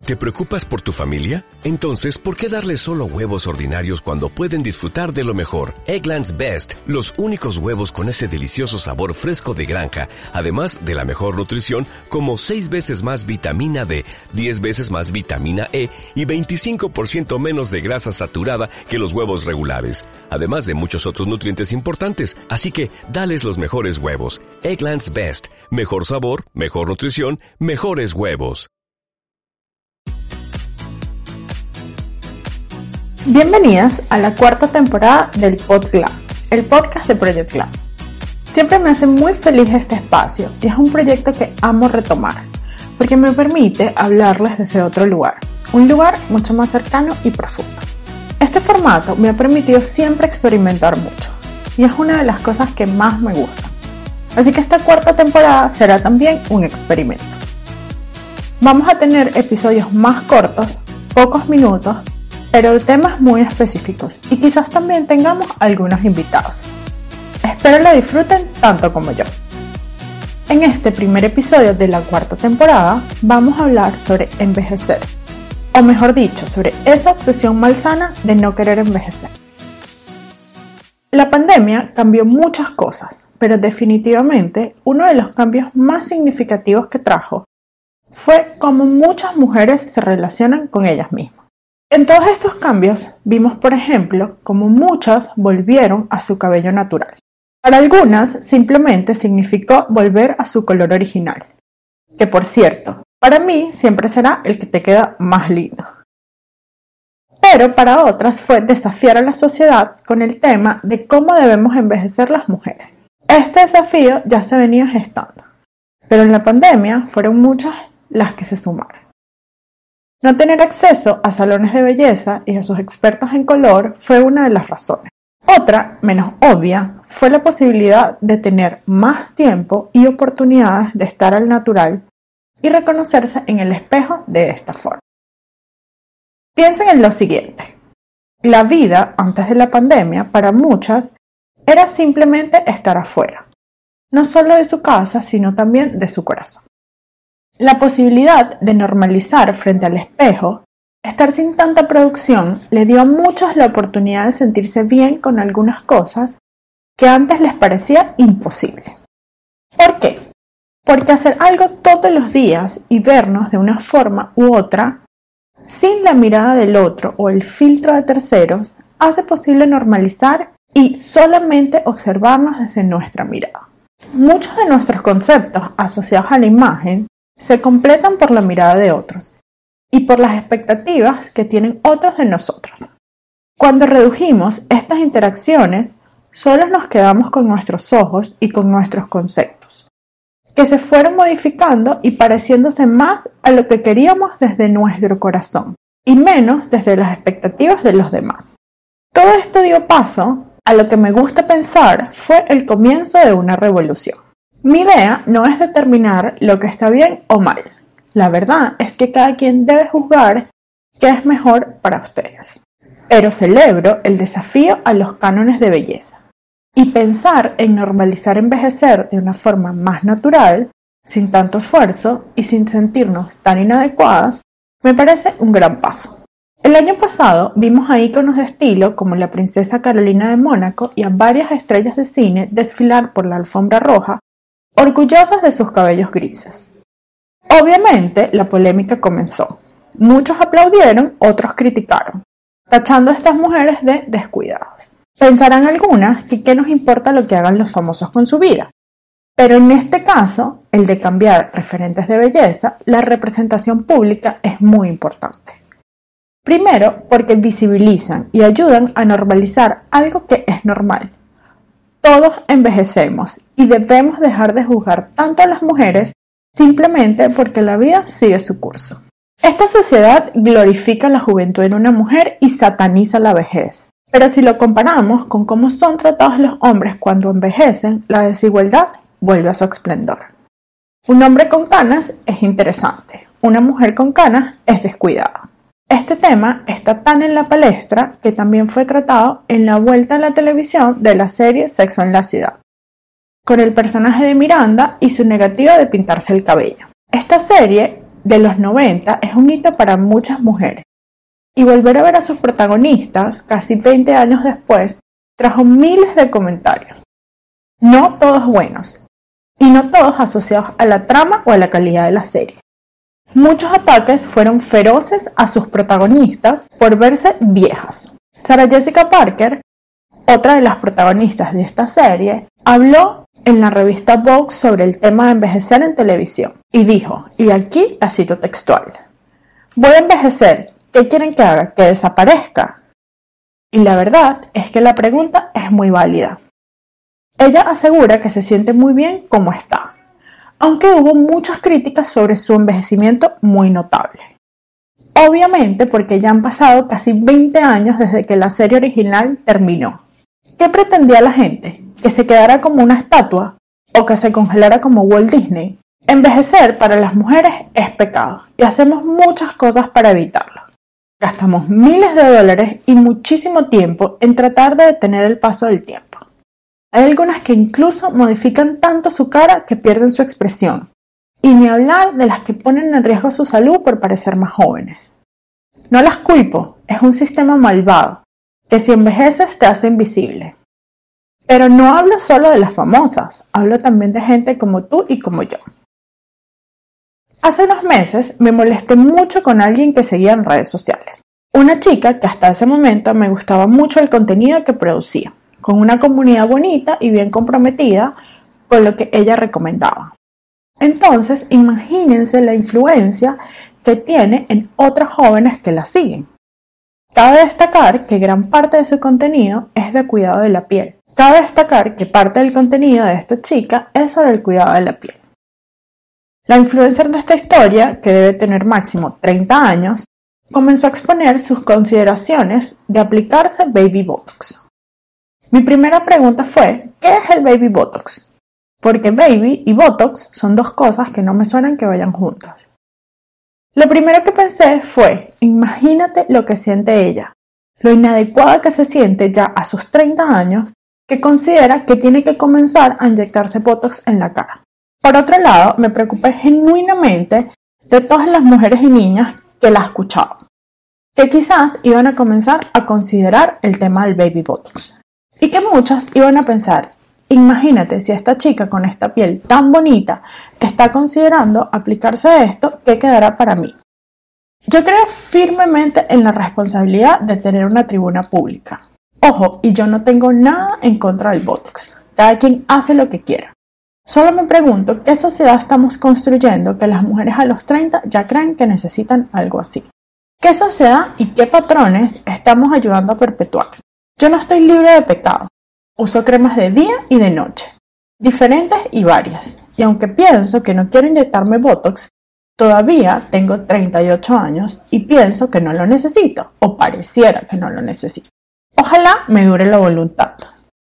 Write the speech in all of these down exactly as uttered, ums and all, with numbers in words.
¿Te preocupas por tu familia? Entonces, ¿por qué darles solo huevos ordinarios cuando pueden disfrutar de lo mejor? Eggland's Best, los únicos huevos con ese delicioso sabor fresco de granja, además de la mejor nutrición, como seis veces más vitamina D, diez veces más vitamina E y veinticinco por ciento menos de grasa saturada que los huevos regulares, además de muchos otros nutrientes importantes. Así que, dales los mejores huevos. Eggland's Best, mejor sabor, mejor nutrición, mejores huevos. Bienvenidas a la cuarta temporada del PodClub, el podcast de Project Club. Siempre me hace muy feliz este espacio y es un proyecto que amo retomar, porque me permite hablarles desde otro lugar, un lugar mucho más cercano y profundo. Este formato me ha permitido siempre experimentar mucho y es una de las cosas que más me gusta. Así que esta cuarta temporada será también un experimento. Vamos a tener episodios más cortos, pocos minutos, pero de temas muy específicos y quizás también tengamos algunos invitados. Espero lo disfruten tanto como yo. En este primer episodio de la cuarta temporada vamos a hablar sobre envejecer, o mejor dicho, sobre esa obsesión malsana de no querer envejecer. La pandemia cambió muchas cosas, pero definitivamente uno de los cambios más significativos que trajo fue cómo muchas mujeres se relacionan con ellas mismas. En todos estos cambios vimos, por ejemplo, cómo muchas volvieron a su cabello natural. Para algunas simplemente significó volver a su color original, que por cierto, para mí siempre será el que te queda más lindo. Pero para otras fue desafiar a la sociedad con el tema de cómo debemos envejecer las mujeres. Este desafío ya se venía gestando, pero en la pandemia fueron muchas las que se sumaron. No tener acceso a salones de belleza y a sus expertos en color fue una de las razones. Otra, menos obvia, fue la posibilidad de tener más tiempo y oportunidades de estar al natural y reconocerse en el espejo de esta forma. Piensen en lo siguiente. La vida antes de la pandemia para muchas era simplemente estar afuera, no solo de su casa, sino también de su corazón. La posibilidad de normalizar frente al espejo, estar sin tanta producción, le dio a muchos la oportunidad de sentirse bien con algunas cosas que antes les parecía imposible. ¿Por qué? Porque hacer algo todos los días y vernos de una forma u otra, sin la mirada del otro o el filtro de terceros, hace posible normalizar y solamente observarnos desde nuestra mirada. Muchos de nuestros conceptos asociados a la imagen se completan por la mirada de otros y por las expectativas que tienen otros de nosotros. Cuando redujimos estas interacciones, solo nos quedamos con nuestros ojos y con nuestros conceptos, que se fueron modificando y pareciéndose más a lo que queríamos desde nuestro corazón y menos desde las expectativas de los demás. Todo esto dio paso a lo que me gusta pensar fue el comienzo de una revolución. Mi idea no es determinar lo que está bien o mal. La verdad es que cada quien debe juzgar qué es mejor para ustedes. Pero celebro el desafío a los cánones de belleza. Y pensar en normalizar envejecer de una forma más natural, sin tanto esfuerzo y sin sentirnos tan inadecuadas, me parece un gran paso. El año pasado vimos a íconos de estilo como la princesa Carolina de Mónaco y a varias estrellas de cine desfilar por la alfombra roja orgullosas de sus cabellos grises. Obviamente, la polémica comenzó. Muchos aplaudieron, otros criticaron, tachando a estas mujeres de descuidadas. Pensarán algunas que qué nos importa lo que hagan los famosos con su vida. Pero en este caso, el de cambiar referentes de belleza, la representación pública es muy importante. Primero, porque visibilizan y ayudan a normalizar algo que es normal. Todos envejecemos y debemos dejar de juzgar tanto a las mujeres simplemente porque la vida sigue su curso. Esta sociedad glorifica la juventud en una mujer y sataniza la vejez. Pero si lo comparamos con cómo son tratados los hombres cuando envejecen, la desigualdad vuelve a su esplendor. Un hombre con canas es interesante, una mujer con canas es descuidada. Este tema está tan en la palestra que también fue tratado en la vuelta a la televisión de la serie Sexo en la Ciudad, con el personaje de Miranda y su negativa de pintarse el cabello. Esta serie de los noventa es un hito para muchas mujeres, y volver a ver a sus protagonistas casi veinte años después trajo miles de comentarios, no todos buenos, y no todos asociados a la trama o a la calidad de la serie. Muchos ataques fueron feroces a sus protagonistas por verse viejas. Sarah Jessica Parker, otra de las protagonistas de esta serie, habló en la revista Vogue sobre el tema de envejecer en televisión y dijo, y aquí la cito textual: voy a envejecer, ¿qué quieren que haga? ¿Que desaparezca? Y la verdad es que la pregunta es muy válida. Ella asegura que se siente muy bien como está, aunque hubo muchas críticas sobre su envejecimiento muy notable. Obviamente porque ya han pasado casi veinte años desde que la serie original terminó. ¿Qué pretendía la gente? ¿Que se quedara como una estatua o que se congelara como Walt Disney? Envejecer para las mujeres es pecado y hacemos muchas cosas para evitarlo. Gastamos miles de dólares y muchísimo tiempo en tratar de detener el paso del tiempo. Hay algunas que incluso modifican tanto su cara que pierden su expresión, y ni hablar de las que ponen en riesgo su salud por parecer más jóvenes. No las culpo, es un sistema malvado, que si envejeces te hace invisible. Pero no hablo solo de las famosas, hablo también de gente como tú y como yo. Hace unos meses me molesté mucho con alguien que seguía en redes sociales. Una chica que hasta ese momento me gustaba mucho el contenido que producía, con una comunidad bonita y bien comprometida con lo que ella recomendaba. Entonces, imagínense la influencia que tiene en otras jóvenes que la siguen. Cabe destacar que gran parte de su contenido es de cuidado de la piel. Cabe destacar que parte del contenido de esta chica es sobre el cuidado de la piel. La influencer de esta historia, que debe tener máximo treinta años, comenzó a exponer sus consideraciones de aplicarse Baby Botox. Mi primera pregunta fue, ¿qué es el Baby Botox? Porque Baby y Botox son dos cosas que no me suenan que vayan juntas. Lo primero que pensé fue, imagínate lo que siente ella, lo inadecuada que se siente ya a sus treinta años, que considera que tiene que comenzar a inyectarse Botox en la cara. Por otro lado, me preocupé genuinamente de todas las mujeres y niñas que la escuchaban, que quizás iban a comenzar a considerar el tema del Baby Botox. Y que muchas iban a pensar, imagínate si esta chica con esta piel tan bonita está considerando aplicarse esto, ¿qué quedará para mí? Yo creo firmemente en la responsabilidad de tener una tribuna pública. Ojo, y yo no tengo nada en contra del Botox. Cada quien hace lo que quiera. Solo me pregunto qué sociedad estamos construyendo que las mujeres a los treinta ya creen que necesitan algo así. ¿Qué sociedad y qué patrones estamos ayudando a perpetuar? Yo no estoy libre de pecado. Uso cremas de día y de noche, diferentes y varias. Y aunque pienso que no quiero inyectarme Botox, todavía tengo treinta y ocho años y pienso que no lo necesito, o pareciera que no lo necesito. Ojalá me dure la voluntad.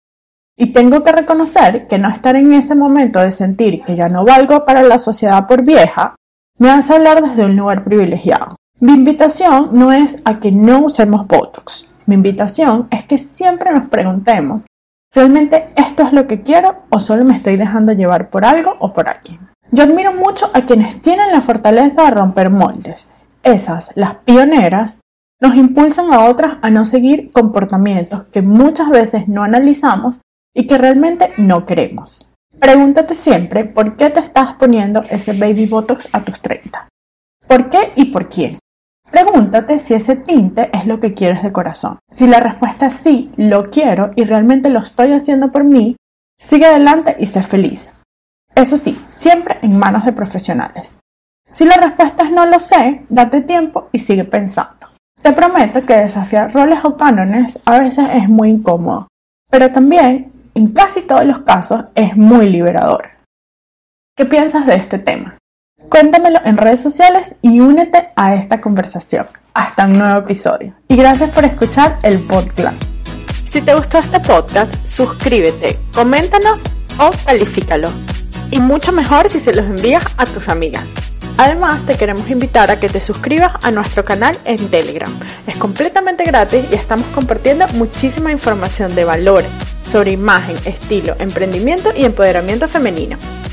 Y tengo que reconocer que no estar en ese momento de sentir que ya no valgo para la sociedad por vieja, me hace hablar desde un lugar privilegiado. Mi invitación no es a que no usemos Botox. Mi invitación es que siempre nos preguntemos, ¿realmente esto es lo que quiero o solo me estoy dejando llevar por algo o por alguien? Yo admiro mucho a quienes tienen la fortaleza de romper moldes. Esas, las pioneras, nos impulsan a otras a no seguir comportamientos que muchas veces no analizamos y que realmente no queremos. Pregúntate siempre por qué te estás poniendo ese Baby Botox a tus treinta. ¿Por qué y por quién? Pregúntate si ese tinte es lo que quieres de corazón. Si la respuesta es sí, lo quiero y realmente lo estoy haciendo por mí, sigue adelante y sé feliz. Eso sí, siempre en manos de profesionales. Si la respuesta es no lo sé, date tiempo y sigue pensando. Te prometo que desafiar roles o cánones a veces es muy incómodo, pero también, en casi todos los casos, es muy liberador. ¿Qué piensas de este tema? Cuéntamelo en redes sociales y únete a esta conversación. Hasta un nuevo episodio. Y gracias por escuchar el podcast. Si te gustó este podcast, suscríbete, coméntanos o califícalo. Y mucho mejor si se los envías a tus amigas. Además, te queremos invitar a que te suscribas a nuestro canal en Telegram. Es completamente gratis y estamos compartiendo muchísima información de valor sobre imagen, estilo, emprendimiento y empoderamiento femenino.